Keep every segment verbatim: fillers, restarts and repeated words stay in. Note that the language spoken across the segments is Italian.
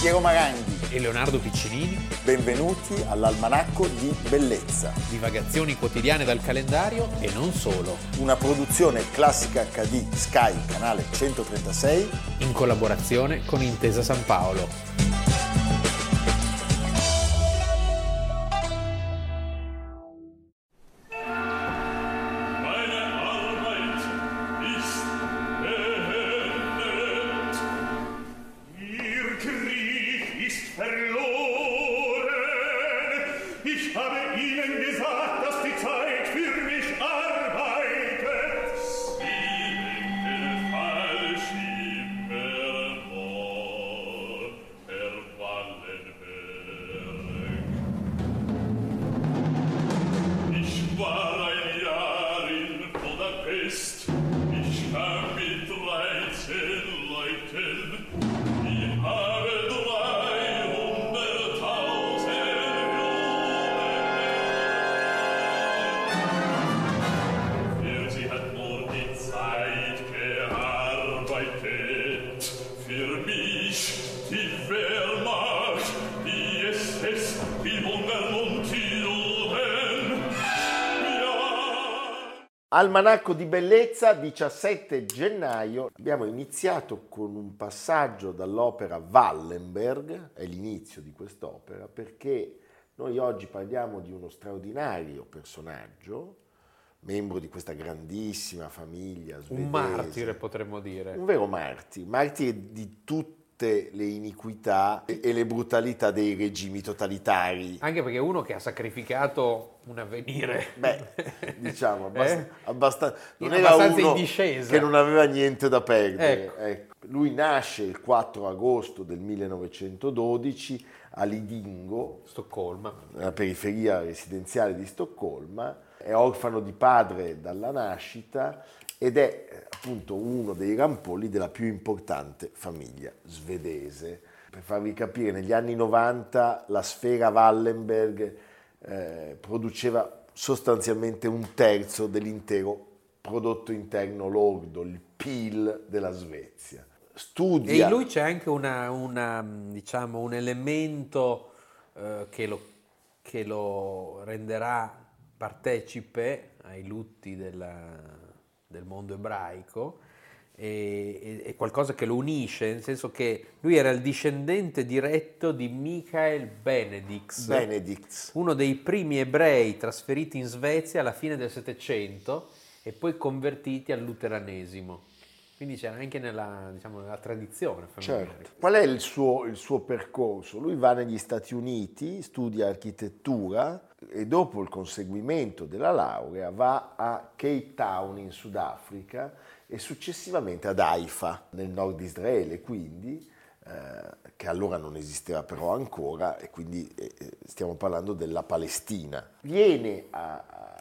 Piero Maranghi e Leonardo Piccinini. Benvenuti all'Almanacco di Bellezza. Divagazioni quotidiane dal calendario e non solo. Una produzione Classica acca di Sky, canale centotrentasei. In collaborazione con Intesa San Paolo. Almanacco di Bellezza, diciassette gennaio. Abbiamo iniziato con un passaggio dall'opera Wallenberg, è l'inizio di quest'opera, perché noi oggi parliamo di uno straordinario personaggio, membro di questa grandissima famiglia svedese. Un martire, potremmo dire. Un vero martire, martire di tutte le iniquità e le brutalità dei regimi totalitari. Anche perché uno che ha sacrificato un avvenire, beh, diciamo, abbast- eh? abbastanza, non In era abbastanza uno in discesa. che non aveva niente da perdere. Ecco. Ecco. Lui nasce il quattro agosto del millenovecentododici a Lidingö, Stoccolma, nella periferia residenziale di Stoccolma. È orfano di padre dalla nascita ed è appunto uno dei rampolli della più importante famiglia svedese. Per farvi capire, negli anni novanta la sfera Wallenberg eh, produceva sostanzialmente un terzo dell'intero prodotto interno lordo, il P I L della Svezia. Studia. E in lui c'è anche una, una, diciamo, un elemento eh, che, lo, che lo renderà partecipe ai lutti della del mondo ebraico, e, è qualcosa che lo unisce, nel senso che lui era il discendente diretto di Michael Benedicts, Benedicts, uno dei primi ebrei trasferiti in Svezia alla fine del Settecento e poi convertiti al luteranesimo. Quindi c'era anche nella, diciamo, nella tradizione familiare. Certo. Qual è il suo, il suo percorso? Lui va negli Stati Uniti, studia architettura e dopo il conseguimento della laurea va a Cape Town in Sudafrica e successivamente ad Haifa nel nord Israele, quindi eh, che allora non esisteva però ancora, e quindi eh, stiamo parlando della Palestina. Viene a,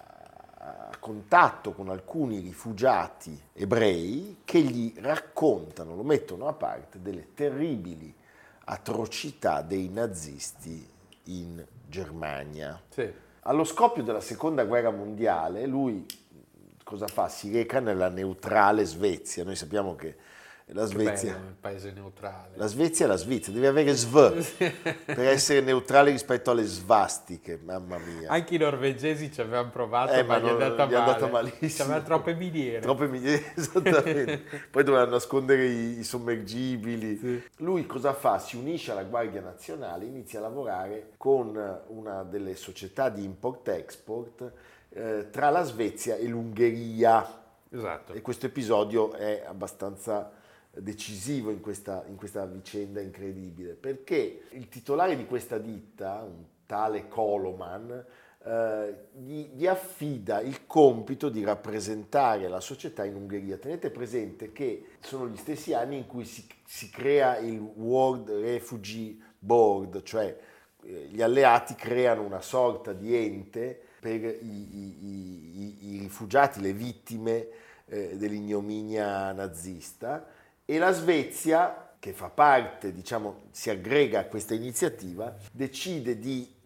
a contatto con alcuni rifugiati ebrei che gli raccontano, lo mettono a parte, delle terribili atrocità dei nazisti in Germania. Sì. Allo scoppio della seconda guerra mondiale lui cosa fa? Si reca nella neutrale Svezia. Noi sappiamo che la Svezia, che bello, il paese neutrale. La Svezia è la Svizzera, deve avere Sv per essere neutrale rispetto alle svastiche, mamma mia. Anche i norvegesi ci avevano provato, eh, ma, ma gli è non, andata gli è male. andata malissimo. Ci avevano troppe miniere. Troppe miniere, esattamente. Poi dovevano nascondere i, i sommergibili. Sì. Lui cosa fa? Si unisce alla Guardia Nazionale, inizia a lavorare con una delle società di import-export eh, tra la Svezia e l'Ungheria. Esatto. E questo episodio è abbastanza decisivo in questa, in questa vicenda incredibile, perché il titolare di questa ditta, un tale Koloman, eh, gli, gli affida il compito di rappresentare la società in Ungheria. Tenete presente che sono gli stessi anni in cui si, si crea il World Refugee Board, cioè eh, gli alleati creano una sorta di ente per i, i, i, i rifugiati, le vittime eh, dell'ignominia nazista. E la Svezia, che fa parte, diciamo, si aggrega a questa iniziativa, decide di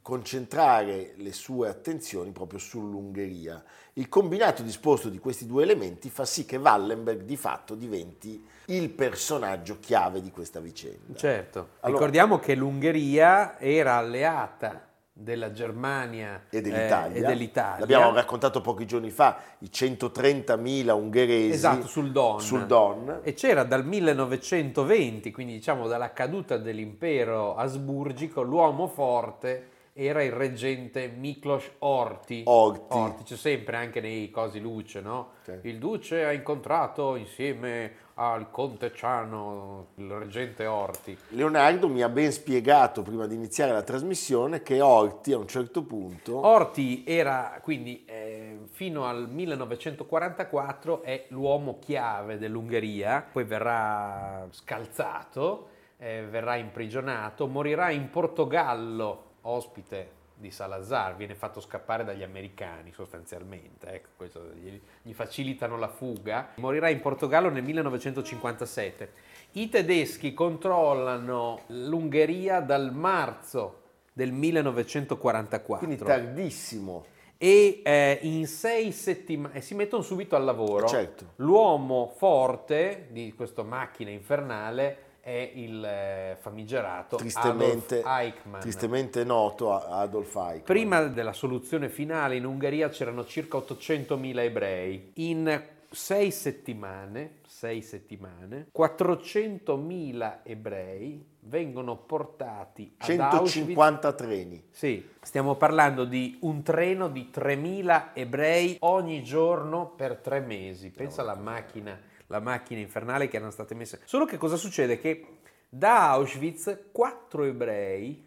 concentrare le sue attenzioni proprio sull'Ungheria. Il combinato disposto di questi due elementi fa sì che Wallenberg di fatto diventi il personaggio chiave di questa vicenda. Certo, Allora, ricordiamo che l'Ungheria era alleata della Germania e dell'Italia. eh, e dell'Italia. L'abbiamo raccontato pochi giorni fa, i centotrentamila ungheresi esatto, sul Don. sul Don. E c'era dal millenovecentoventi, quindi diciamo dalla caduta dell'impero asburgico, l'uomo forte era il reggente Miklos Horthy. Horthy. Horthy, c'è sempre anche nei cosi luce, no? Sì. Il duce ha incontrato insieme al conte Ciano il reggente Horthy. Leonardo mi ha ben spiegato prima di iniziare la trasmissione che Horthy a un certo punto... Horthy era quindi eh, fino al millenovecentoquarantaquattro è l'uomo chiave dell'Ungheria, poi verrà scalzato, eh, verrà imprigionato, morirà in Portogallo, ospite di Salazar, viene fatto scappare dagli americani sostanzialmente, ecco, questo gli, gli facilitano la fuga. Morirà in Portogallo nel millenovecentocinquantasette. I tedeschi controllano l'Ungheria dal marzo del millenovecentoquarantaquattro. Quindi tardissimo. E eh, in sei settimane si mettono subito al lavoro. Certo. L'uomo forte di questa macchina infernale è il eh, famigerato Tristemente, Adolf Eichmann. tristemente noto a Adolf Eichmann. Prima della soluzione finale in Ungheria c'erano circa ottocentomila ebrei. In sei settimane, sei settimane, quattrocentomila ebrei vengono portati ad centocinquanta Auschwitz. treni. Sì, stiamo parlando di un treno di tremila ebrei ogni giorno per tre mesi. Pensa alla macchina, la macchina infernale che erano state messe. Solo che cosa succede? Che da Auschwitz quattro ebrei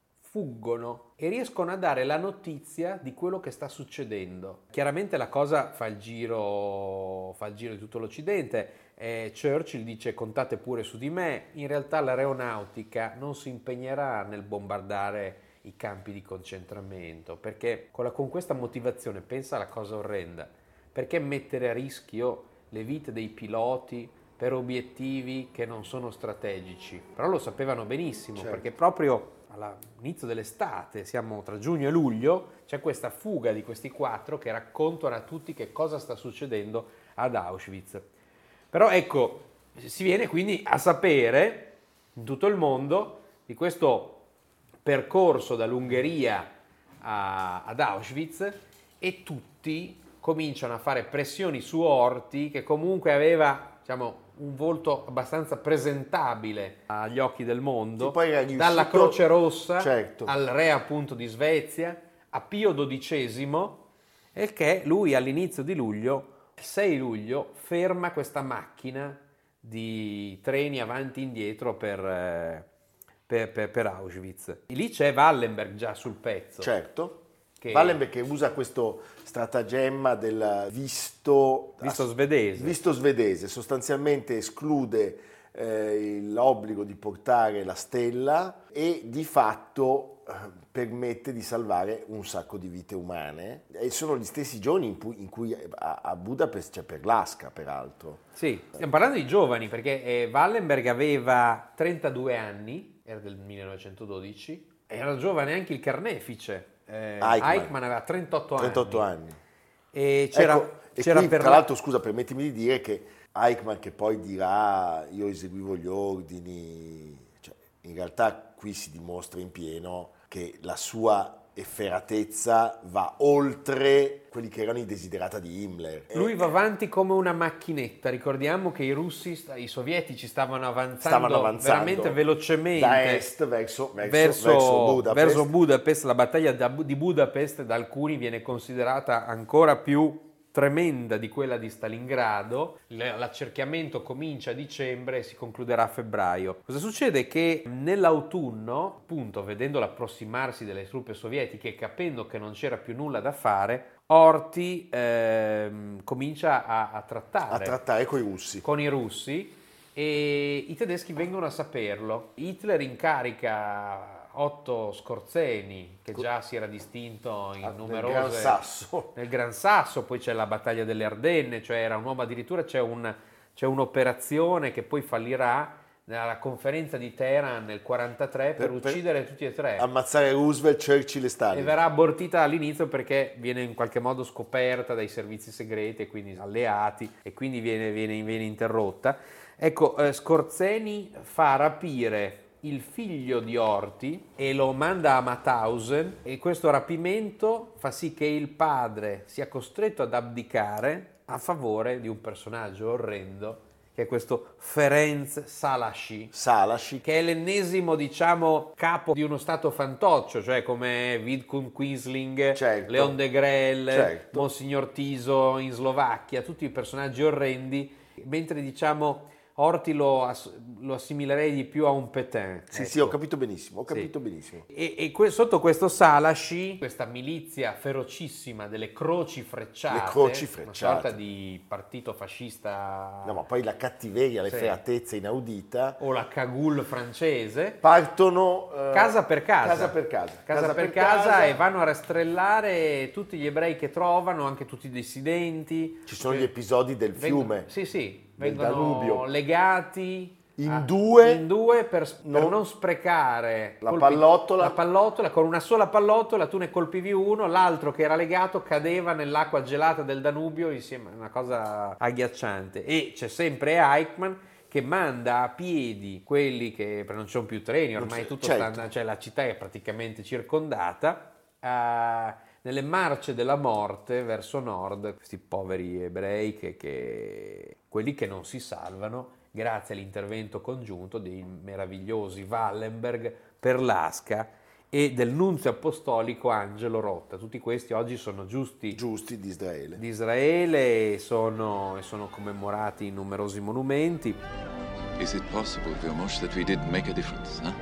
fuggono e riescono a dare la notizia di quello che sta succedendo. Chiaramente la cosa fa il giro, fa il giro di tutto l'Occidente. Eh, Churchill dice contate pure su di me. In realtà l'aeronautica non si impegnerà nel bombardare i campi di concentramento, perché con, la, con questa motivazione, pensa alla cosa orrenda, perché mettere a rischio le vite dei piloti per obiettivi che non sono strategici? Però lo sapevano benissimo, certo. Perché proprio all'inizio dell'estate, siamo tra giugno e luglio, c'è questa fuga di questi quattro che raccontano a tutti che cosa sta succedendo ad Auschwitz. Però ecco, si viene quindi a sapere in tutto il mondo di questo percorso dall'Ungheria a, ad Auschwitz, e tutti cominciano a fare pressioni su Horthy, che comunque aveva, diciamo, un volto abbastanza presentabile agli occhi del mondo, poi era riuscito, dalla Croce Rossa, certo, al re appunto di Svezia, a Pio dodicesimo, e che lui all'inizio di luglio, il sei luglio, ferma questa macchina di treni avanti e indietro per, eh, per, per, per Auschwitz. E lì c'è Wallenberg già sul pezzo. Certo. Che... Wallenberg che usa questo stratagemma del visto, visto svedese. Visto svedese, sostanzialmente esclude eh, l'obbligo di portare la stella e di fatto eh, permette di salvare un sacco di vite umane. E sono gli stessi giorni in cui, in cui a, a Budapest c'è Perlasca, peraltro. Sì, stiamo parlando di giovani, perché eh, Wallenberg aveva trentadue anni, era del millenovecentododici, era giovane anche il carnefice. Eh, Eichmann. Eichmann aveva trentotto anni. trentotto anni. E c'era, ecco, c'era e qui, per tra la... l'altro, scusa, permettimi di dire che Eichmann, che poi dirà io eseguivo gli ordini, cioè, in realtà qui si dimostra in pieno che la sua efferatezza va oltre quelli che erano i desiderata di Himmler. Lui va avanti come una macchinetta. Ricordiamo che i russi, i sovietici stavano avanzando, stavano avanzando veramente velocemente da est verso, verso, verso, verso, Budapest. verso Budapest. La battaglia di Budapest da alcuni viene considerata ancora più tremenda di quella di Stalingrado. L'accerchiamento comincia a dicembre e si concluderà a febbraio. Cosa succede? Che nell'autunno, appunto, vedendo l'approssimarsi delle truppe sovietiche e capendo che non c'era più nulla da fare, Horthy ehm, comincia a, a trattare a trattare con i russi. con i russi e i tedeschi vengono a saperlo. Hitler incarica Otto Skorzeny, che già si era distinto in numerose... Nel Gran Sasso. Nel Gran Sasso, poi c'è la battaglia delle Ardenne, cioè era un uomo, addirittura c'è, un, c'è un'operazione che poi fallirà nella conferenza di Teheran nel quarantatré per, per uccidere per tutti e tre. Ammazzare Roosevelt, Churchill e Stalin. E verrà abortita all'inizio perché viene in qualche modo scoperta dai servizi segreti e quindi alleati e quindi viene, viene, viene interrotta. Ecco, eh, Skorzeny fa rapire il figlio di Horthy e lo manda a Mauthausen e questo rapimento fa sì che il padre sia costretto ad abdicare a favore di un personaggio orrendo che è questo Ferenc Szálasi, Szálasi, che è l'ennesimo, diciamo, capo di uno stato fantoccio, cioè come Vidkun Quisling, certo, Leon Degrelle, certo. Monsignor Tiso in Slovacchia, tutti i personaggi orrendi, mentre diciamo Horthy lo, ass- lo assimilerei di più a un Pétain. Sì, ecco. sì, ho capito benissimo, ho capito Sì. benissimo. E, e que- sotto questo Szálasi, questa milizia ferocissima delle croci frecciate, Le croci frecciate. una sorta di partito fascista, No, ma poi la cattiveria, Sì. l'efferatezza inaudita, o la Cagoule francese, partono eh, casa per casa. casa per casa, Casa per casa, e vanno a rastrellare tutti gli ebrei che trovano, anche tutti i dissidenti. Ci sono Cioè, gli episodi del vengono- fiume. Sì, sì, del vengono Danubio. legati In a- due, in due per, per non- non sprecare La pallottola. la pallottola. Con una sola pallottola tu ne colpivi uno, l'altro che era legato cadeva nell'acqua gelata del Danubio insieme, una cosa agghiacciante. E c'è sempre Eichmann che manda a piedi quelli che, perché non ci sono più treni, ormai tutto certo. sta, cioè la città è praticamente circondata, a- nelle marce della morte verso nord, questi poveri ebrei, che, che quelli che non si salvano grazie all'intervento congiunto dei meravigliosi Wallenberg, Perlasca e del nunzio apostolico Angelo Rotta. Tutti questi oggi sono giusti giusti di Israele. di Israele e sono, e sono commemorati in numerosi monumenti. Is it possible, Vilmos, that we did make a difference, huh?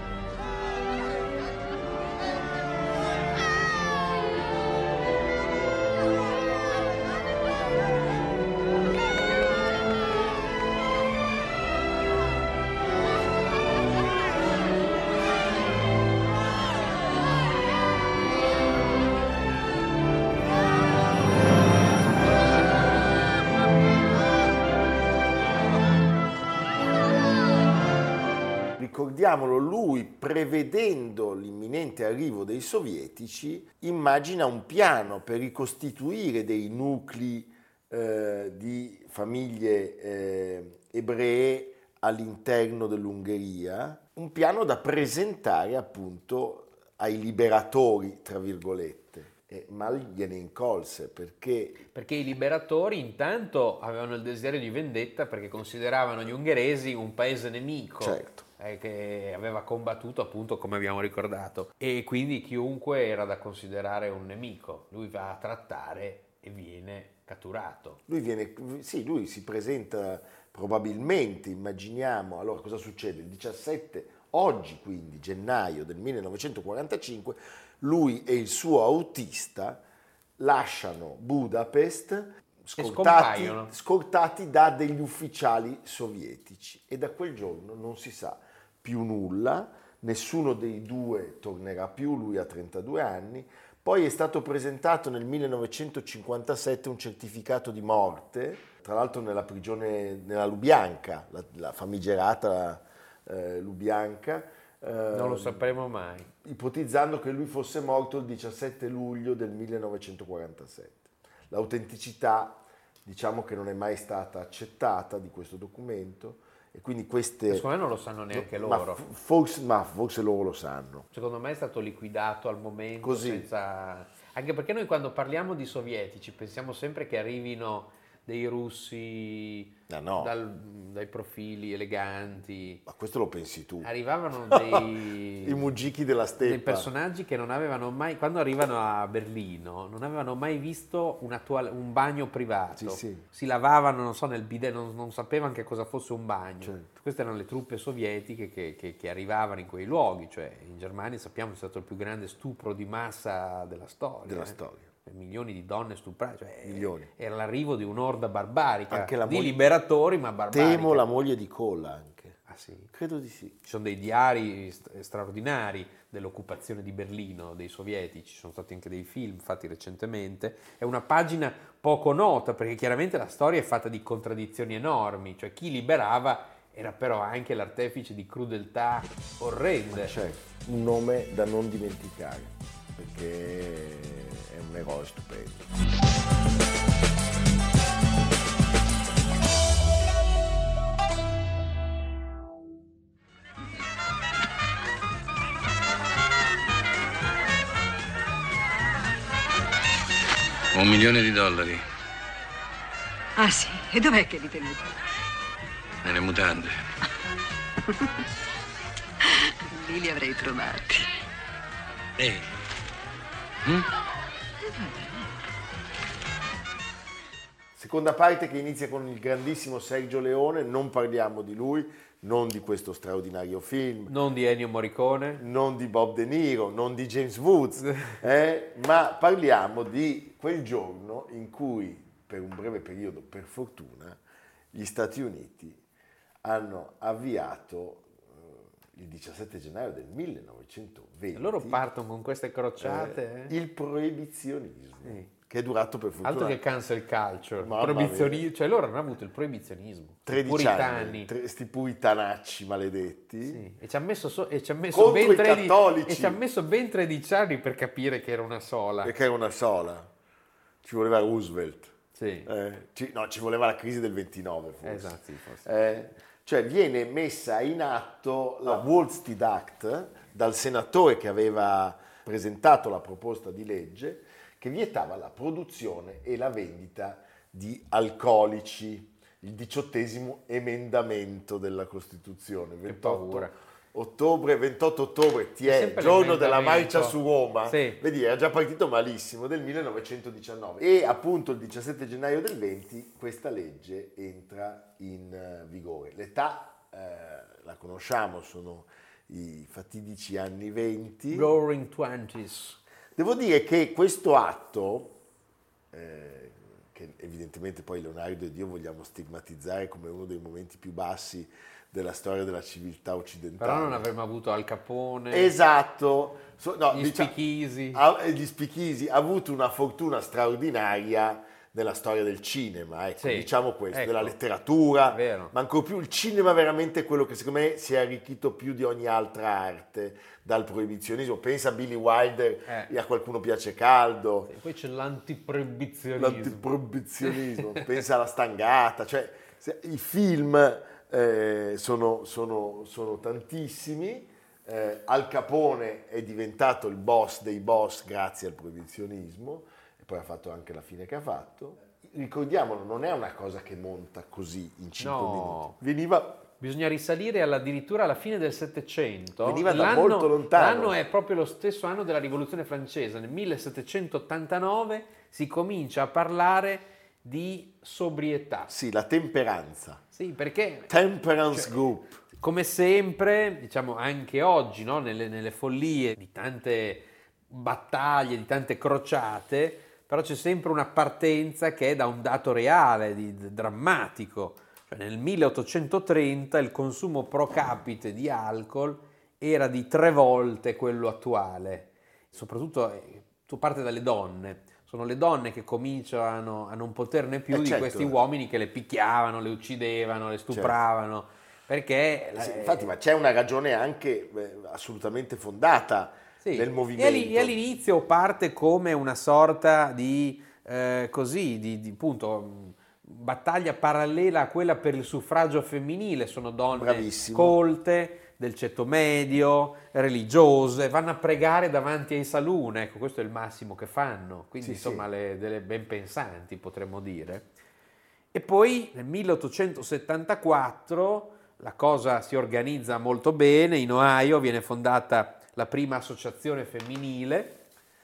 Ricordiamolo, lui, prevedendo l'imminente arrivo dei sovietici, immagina un piano per ricostituire dei nuclei eh, di famiglie eh, ebree all'interno dell'Ungheria, un piano da presentare appunto ai liberatori, tra virgolette. Eh, ma gliene incolse perché... Perché i liberatori intanto avevano il desiderio di vendetta perché consideravano gli ungheresi un paese nemico. Certo. eh, che aveva combattuto, appunto, come abbiamo ricordato, e quindi chiunque era da considerare un nemico. Lui va a trattare e viene catturato. Lui viene, sì, lui si presenta probabilmente, immaginiamo, allora cosa succede? Il diciassette, oggi quindi, gennaio del millenovecentoquarantacinque, lui e il suo autista lasciano Budapest scortati, scortati da degli ufficiali sovietici e da quel giorno non si sa più nulla, nessuno dei due tornerà più, lui ha trentadue anni. Poi è stato presentato nel millenovecentocinquantasette un certificato di morte, tra l'altro nella prigione, nella Lubianka, la, la famigerata eh, Lubianka. Eh, non lo sapremo mai. Ipotizzando che lui fosse morto il diciassette luglio del millenovecentoquarantasette. L'autenticità, diciamo che non è mai stata accettata di questo documento, e quindi queste... Secondo me non lo sanno neanche ma loro. Forse, ma forse loro lo sanno. Secondo me è stato liquidato al momento. Così. Senza... Anche perché noi quando parliamo di sovietici pensiamo sempre che arrivino dei russi no, no. Dal, dai profili eleganti. Ma questo lo pensi tu. Arrivavano dei... I mugiki della steppa. Dei personaggi che non avevano mai... Quando arrivano a Berlino non avevano mai visto una toal- un bagno privato. Sì, sì. Si lavavano, non so, nel bidet, non, non sapevano che cosa fosse un bagno. Certo. Queste erano le truppe sovietiche che, che, che arrivavano in quei luoghi. Cioè in Germania sappiamo che è stato il più grande stupro di massa della storia. Della eh. storia. Milioni di donne stuprate, cioè Milioni. Era l'arrivo di un'orda barbarica, Anche la di moglie... liberatori ma barbarica. Temo la moglie di Kohl anche. Ah sì? Credo di sì. Ci sono dei diari st- straordinari dell'occupazione di Berlino, dei sovietici, ci sono stati anche dei film fatti recentemente. È una pagina poco nota perché chiaramente la storia è fatta di contraddizioni enormi, cioè chi liberava era però anche l'artefice di crudeltà orrende. C'è un nome da non dimenticare, perché è un eroe stupendo. Un milione di dollari. Ah sì? E dov'è che li tenuti? Nelle mutande. Lì li avrei trovati. Ehi. Mm? Seconda parte che inizia con il grandissimo Sergio Leone, non parliamo di lui, non di questo straordinario film, Non di Ennio Morricone. non di Bob De Niro, non di James Woods, eh, ma parliamo di quel giorno in cui, per un breve periodo, per fortuna, gli Stati Uniti hanno avviato eh, il diciassette gennaio del millenovecentoventi Loro partono con queste crociate. eh, il proibizionismo, sì, che è durato per fortuna Altro che cancel culture. Mamma Proibizioni- mia. cioè loro hanno avuto il proibizionismo. tredici puritani. anni, tre, sti puritanacci maledetti. Sì, e ci ha messo, so- e ci ha messo Contro ben i tredici cattolici. e ci ha messo ben tredici anni per capire che era una sola. Perché era una sola. Ci voleva Roosevelt. Sì. Eh, ci, no, ci voleva la crisi del ventinove forse. Esatto, sì, forse. Eh, cioè viene messa in atto la Volstead Act dal senatore che aveva presentato la proposta di legge che vietava la produzione e la vendita di alcolici, il diciottesimo emendamento della Costituzione. ventotto paura. ottobre, ventotto ottobre, ti È è sempre giorno della l'emendamento. marcia su Roma. Sì. Vedi, era già partito malissimo, del millenovecentodiciannove. E appunto il diciassette gennaio del venti questa legge entra in eh, vigore. L'età, eh, la conosciamo, sono i fatidici anni venti. Roaring Twenties. Devo dire che questo atto, eh, che evidentemente poi Leonardo ed io vogliamo stigmatizzare come uno dei momenti più bassi della storia della civiltà occidentale. Però non avremmo avuto Al Capone, Esatto. So- no, gli diciamo- Spichisi. ha, eh, gli Spichisi ha avuto una fortuna straordinaria nella storia del cinema, ecco, Sì, diciamo questo, ecco. della letteratura, Vero. ma ancora più il cinema veramente è quello che secondo me si è arricchito più di ogni altra arte dal proibizionismo. Pensa a Billy Wilder Eh. e a Qualcuno piace caldo, E poi c'è l'antiproibizionismo. l'antiproibizionismo, pensa alla Stangata, cioè se- i film eh, sono, sono- sono tantissimi. Eh, Al Capone è diventato il boss dei boss grazie al proibizionismo e poi ha fatto anche la fine che ha fatto. Ricordiamolo, non è una cosa che monta così in cinque No. minuti. Veniva Bisogna risalire alla- addirittura alla fine del Settecento. Veniva da L'anno- molto lontano. L'anno è proprio lo stesso anno della Rivoluzione francese. Nel millesettecentottantanove si comincia a parlare di sobrietà. sì, la temperanza. Sì, perché Temperance Group. come sempre, diciamo anche oggi, no, nelle, nelle follie di tante battaglie, di tante crociate, però c'è sempre una partenza che è da un dato reale, di, di- drammatico. Cioè, nel milleottocentotrenta il consumo pro capite di alcol era di tre volte quello attuale. Soprattutto, eh, tu parte dalle donne. Sono le donne che cominciano a non poterne più Eh, di certo. questi uomini che le picchiavano, le uccidevano, le stupravano. Perché Sì, eh, infatti, ma c'è una ragione anche eh, assolutamente fondata sì. nel E movimento. all'i- e all'inizio parte come una sorta di eh, così, di, di appunto mh, battaglia parallela a quella per il suffragio femminile. Sono donne Bravissimo. colte, del ceto medio, religiose, vanno a pregare davanti ai saloon, ecco, questo è il massimo che fanno, quindi Sì, insomma sì. le- delle ben pensanti potremmo dire. E poi nel milleottocentosettantaquattro la cosa si organizza molto bene, in Ohio viene fondata la prima associazione femminile.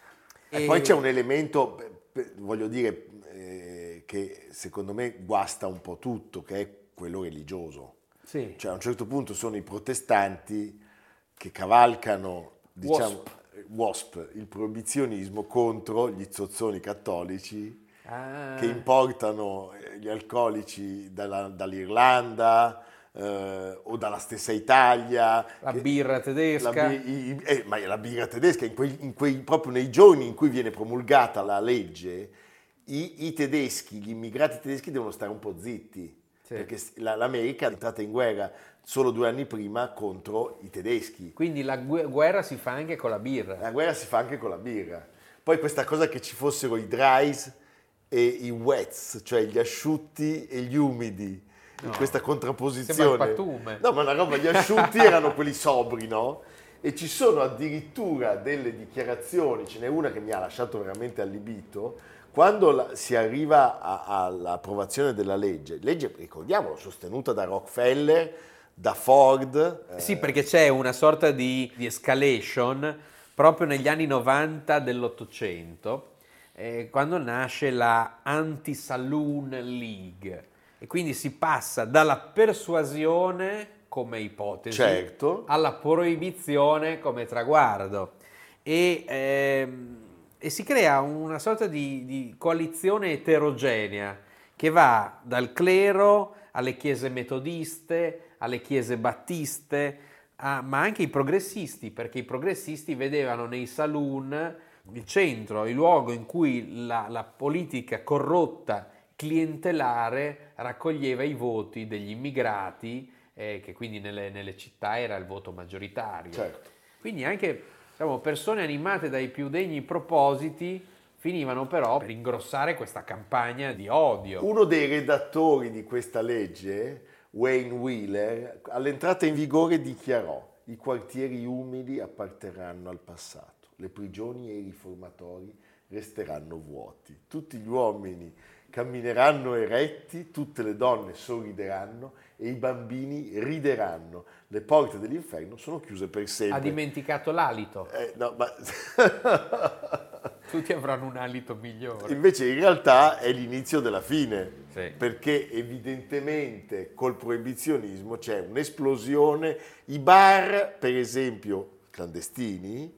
E poi c'è un elemento, beh, beh, voglio dire, eh, che secondo me guasta un po' tutto, che è quello religioso. Sì, Cioè a un certo punto sono i protestanti che cavalcano, diciamo, WASP, il proibizionismo contro gli zozzoni cattolici Ah, che importano eh, gli alcolici dalla- dall'Irlanda eh, o dalla stessa Italia. la che- birra tedesca. La, bi- i- i- eh, ma la birra tedesca, in quei, in quei- proprio nei giorni in cui viene promulgata la legge, i, i tedeschi, gli immigrati tedeschi devono stare un po' zitti. Sì. perché la- l'America è entrata in guerra solo due anni prima contro i tedeschi. Quindi la gu- guerra si fa anche con la birra. La guerra si fa anche con la birra. Poi questa cosa che ci fossero i dries e i wets, cioè gli asciutti e gli umidi, in questa contrapposizione. Sembra il pattume. No, ma una roba, gli asciutti erano quelli sobri, no? E ci sono addirittura delle dichiarazioni, ce n'è una che mi ha lasciato veramente allibito, quando la- si arriva a- all'approvazione della legge, legge, ricordiamolo, sostenuta da Rockefeller, da Ford. eh, Sì, perché c'è una sorta di, di escalation proprio negli anni novanta dell'Ottocento, eh, quando nasce la Anti-Saloon League. E quindi si passa dalla persuasione come ipotesi Certo. alla proibizione come traguardo. E, ehm, e si crea una sorta di, di coalizione eterogenea che va dal clero alle chiese metodiste, alle chiese battiste, a- ma anche i progressisti, perché i progressisti vedevano nei saloon il centro, il luogo in cui la, la politica corrotta, clientelare, raccoglieva i voti degli immigrati, eh, che quindi nelle, nelle città era il voto maggioritario. Certo. Quindi anche diciamo, persone animate dai più degni propositi finivano però per ingrossare questa campagna di odio. Uno dei redattori di questa legge, Wayne Wheeler, all'entrata in vigore dichiarò: i quartieri umidi apparterranno al passato, le prigioni e i riformatori resteranno vuoti, tutti gli uomini cammineranno eretti, tutte le donne sorrideranno e i bambini rideranno, le porte dell'inferno sono chiuse per sempre. Ha dimenticato l'alito. Eh, no, ma... Tutti avranno un alito migliore. Invece in realtà è l'inizio della fine, Sì. perché evidentemente col proibizionismo c'è un'esplosione, i bar per esempio clandestini,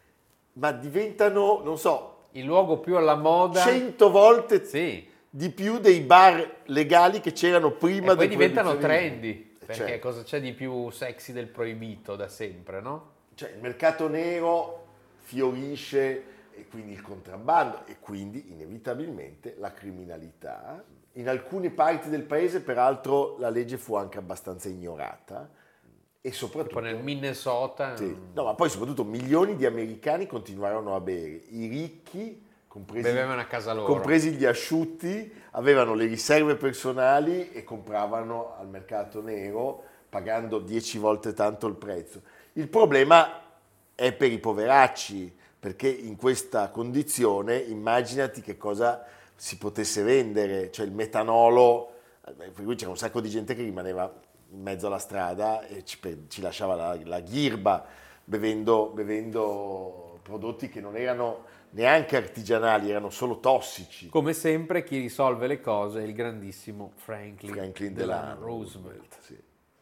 ma diventano, non so, Il luogo più alla moda. cento volte Sì. di più dei bar legali che c'erano prima E poi del diventano proibizionismo. trendy, perché Cioè, cosa c'è di più sexy del proibito da sempre, no? cioè, il mercato nero fiorisce e quindi il contrabbando e quindi inevitabilmente la criminalità. In alcune parti del paese peraltro la legge fu anche abbastanza ignorata e soprattutto... Tipo nel Minnesota. Sì. No, ma poi soprattutto milioni di americani continuarono a bere. I ricchi, compresi, Bevevano a casa loro. compresi gli asciutti, avevano le riserve personali e compravano al mercato nero pagando dieci volte tanto il prezzo. Il problema è per i poveracci, perché in questa condizione immaginati che cosa si potesse vendere, cioè il metanolo, per cui c'era un sacco di gente che rimaneva in mezzo alla strada e ci, ci lasciava la, la ghirba bevendo, bevendo prodotti che non erano neanche artigianali, erano solo tossici. Come sempre chi risolve le cose è il grandissimo Franklin, Franklin Delano Delano Roosevelt. sì.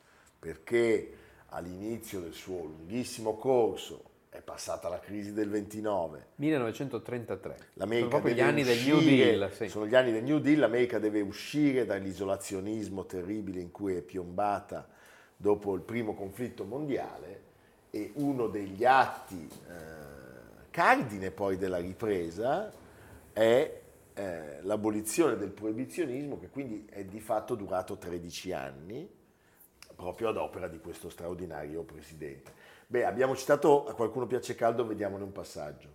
Perché all'inizio del suo lunghissimo corso è passata la crisi del ventinove, millenovecentotrentatré. l'America Sono proprio gli deve anni del New uscire- Deal. Sì. sono gli anni del New Deal, l'America deve uscire dall'isolazionismo terribile in cui è piombata dopo il primo conflitto mondiale e uno degli atti eh, cardine poi della ripresa è eh, l'abolizione del proibizionismo, che quindi è di fatto durato tredici anni, proprio ad opera di questo straordinario presidente. Beh, abbiamo citato A qualcuno piace caldo, vediamone un passaggio.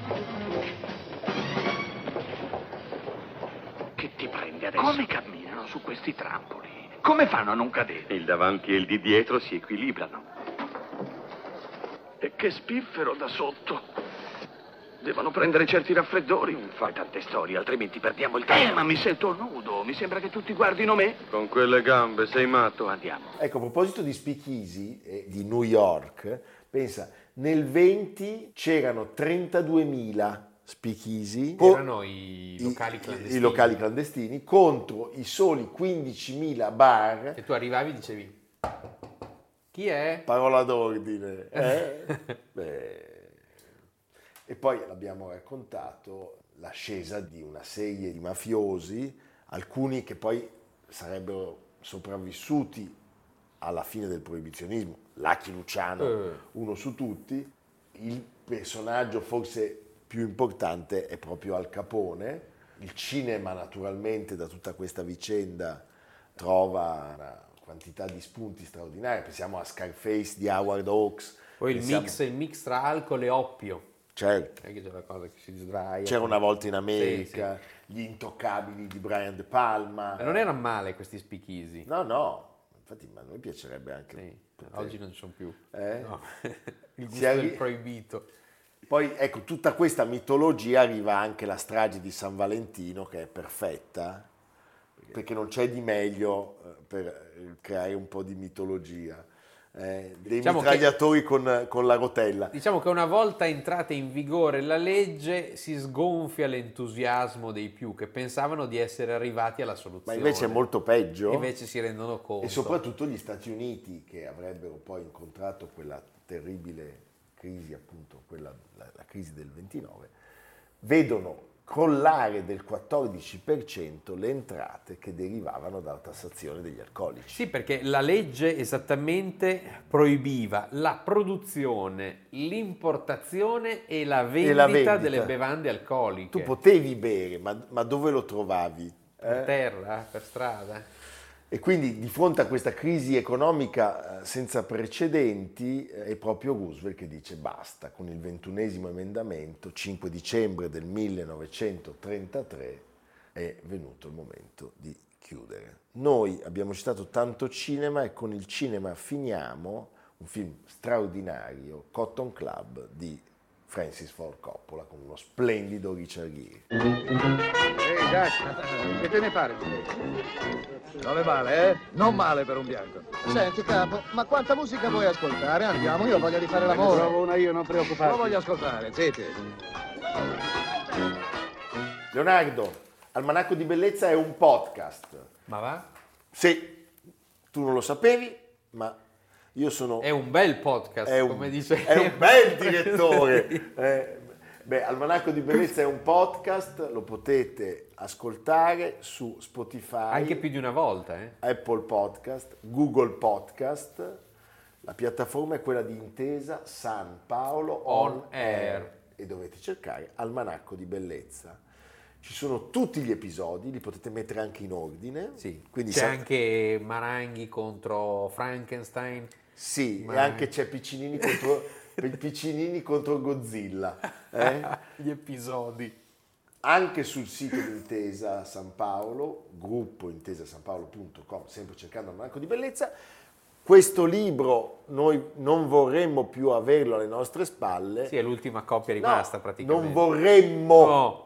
Che ti prende adesso? Come camminano su questi trampoli? Come fanno a non cadere? Il davanti e il di dietro si equilibrano. E che spiffero da sotto. Devono prendere certi raffreddori. Non fai tante storie, altrimenti perdiamo il tempo. Eh, ma mi sento nudo. Mi sembra che tutti guardino me. Con quelle gambe sei matto. Andiamo. Ecco, a proposito di speakeasy eh, di New York, pensa, nel venti c'erano trentaduemila speakeasy. co- Erano i locali i- clandestini. i locali clandestini contro i soli quindicimila bar. E tu arrivavi e dicevi, chi è? Parola d'ordine. eh? Beh. E poi l'abbiamo raccontato l'ascesa di una serie di mafiosi, alcuni che poi sarebbero sopravvissuti alla fine del proibizionismo, Lucky Luciano, Eh. uno su tutti. Il personaggio forse più importante è proprio Al Capone. Il cinema naturalmente da tutta questa vicenda trova una quantità di spunti straordinari. Pensiamo a Scarface di Howard Hawks. Poi il Pensiamo- mix, il mix tra alcol e oppio. Certo. È che c'è la cosa che si sdraia. C'era una volta in America, Sì, Gli Intoccabili di Brian De Palma. Ma non erano male questi spichisi. No, no, infatti a noi piacerebbe anche... Sì, poter- oggi non ci sono più. Eh? No. Il gusto Si arri- del proibito. Poi ecco, tutta questa mitologia arriva anche la strage di San Valentino, che è perfetta, perché non c'è di meglio eh, per eh, creare un po' di mitologia. Eh, dei Diciamo mitragliatori con, con la rotella. Diciamo che una volta entrata in vigore la legge si sgonfia l'entusiasmo dei più che pensavano di essere arrivati alla Ma soluzione. invece è molto peggio. E invece si rendono conto. E soprattutto gli Stati Uniti, che avrebbero poi incontrato quella terribile crisi, appunto, quella, la, la crisi del ventinove, vedono crollare del quattordici per cento le entrate che derivavano dalla tassazione degli alcolici. Sì, perché la legge esattamente proibiva la produzione, l'importazione e la vendita, E la vendita. delle bevande alcoliche. Tu potevi bere, ma, ma dove lo trovavi? Per Eh? terra, per strada. E quindi di fronte a questa crisi economica eh, senza precedenti eh, è proprio Roosevelt che dice basta, con il ventunesimo emendamento, cinque dicembre del millenovecentotrentatré, è venuto il momento di chiudere. Noi abbiamo citato tanto cinema e con il cinema finiamo un film straordinario, Cotton Club di Francis Ford Coppola, con uno splendido Richard Gere. Ehi, Jack, che te ne pare? Non è male, eh? Non male per un bianco. Senti, capo, ma quanta musica vuoi ascoltare? Andiamo, io voglio di fare l'amore. Ne trovo una io, non preoccuparti. Lo voglio ascoltare, zitti. Leonardo, Almanacco di Bellezza è un podcast. Ma va? Sì, tu non lo sapevi, ma io sono... È un bel podcast, è un, come dice. È un bel direttore. Eh, beh, Almanacco di Bellezza è un podcast, lo potete ascoltare su Spotify. Anche più di una volta, eh? Apple Podcast, Google Podcast. La piattaforma è quella di Intesa San Paolo On, On Air. Air. E dovete cercare Almanacco di Bellezza. Ci sono tutti gli episodi, li potete mettere anche in ordine. Sì. Quindi C'è sa- anche Maranghi contro Frankenstein. Sì, Ma- e anche c'è Piccinini contro, Piccinini contro Godzilla. eh? Gli episodi. Anche sul sito di Intesa San Paolo, gruppo intesasanpaolo punto com, sempre cercando Almanacco di Bellezza. Questo libro noi non vorremmo più averlo alle nostre spalle. Sì, è l'ultima coppia No, rimasta praticamente. non vorremmo, No.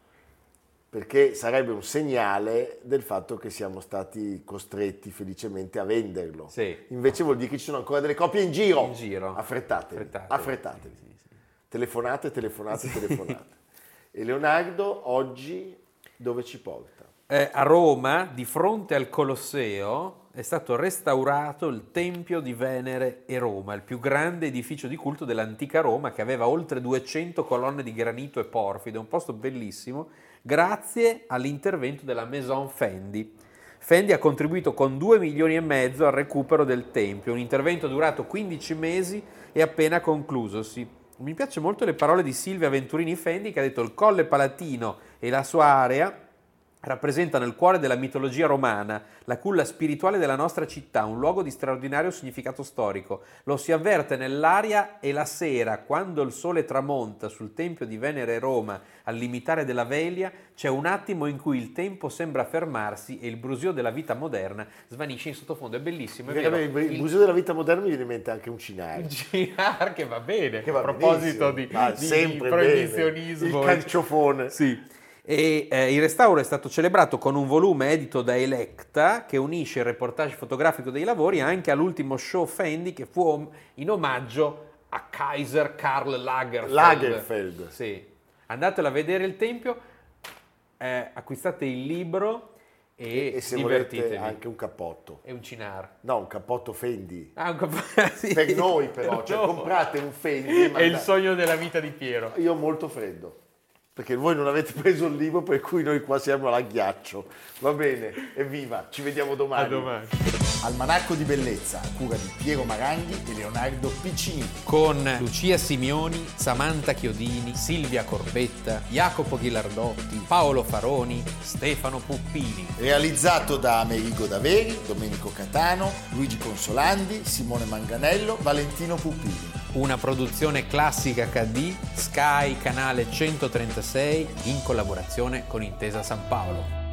perché sarebbe un segnale del fatto che siamo stati costretti felicemente a venderlo. Sì. Invece vuol dire che ci sono ancora delle copie in giro. In giro. Affrettatevi. Affrettatevi. Affrettatevi. Sì, sì, sì. Telefonate, telefonate, telefonate. E Leonardo oggi dove ci porta? Eh, a Roma, di fronte al Colosseo, è stato restaurato il Tempio di Venere e Roma, il più grande edificio di culto dell'antica Roma, che aveva oltre duecento colonne di granito e porfido, un posto bellissimo, grazie all'intervento della Maison Fendi. Fendi ha contribuito con due milioni e mezzo al recupero del Tempio, un intervento durato quindici mesi e appena conclusosi. Mi piace molto le parole di Silvia Venturini Fendi, che ha detto: il Colle Palatino e la sua area rappresentano il cuore della mitologia romana, la culla spirituale della nostra città, un luogo di straordinario significato storico. Lo si avverte nell'aria e la sera, quando il sole tramonta sul Tempio di Venere e Roma al limitare della Velia, c'è un attimo in cui il tempo sembra fermarsi e il brusio della vita moderna svanisce in sottofondo. È bellissimo, è vero. Il, il museo della vita moderna mi viene in mente anche un Cinar. Il Cinar che va bene, Che va a proposito di, benissimo. Ah, di- sempre di proibizionismo. bene. Il calciofone. Sì. E eh, il restauro è stato celebrato con un volume edito da Electa che unisce il reportage fotografico dei lavori anche all'ultimo show Fendi, che fu om- in omaggio a Kaiser Karl Lagerfeld. Lagerfeld. Sì. Andatelo a vedere il tempio, eh, acquistate il libro e, E se divertitevi. volete anche un cappotto. È un Cinar. No, un cappotto Fendi. Ah, un capo- sì. Per noi però, cioè No. comprate un Fendi. È il sogno della vita di Piero. Io ho molto freddo. perché voi non avete preso il libro, per cui noi qua siamo alla ghiaccio. Va bene, evviva, ci vediamo domani. A domani. Almanacco di bellezza a cura di Piero Maranghi e Leonardo Piccini. Con Lucia Simioni, Samantha Chiodini, Silvia Corbetta, Jacopo Ghilardotti, Paolo Faroni, Stefano Puppini. Realizzato da Amerigo Daveri, Domenico Catano, Luigi Consolandi, Simone Manganello, Valentino Puppini. Una produzione Classica acca di, Sky, canale centotrentasei, in collaborazione con Intesa San Paolo.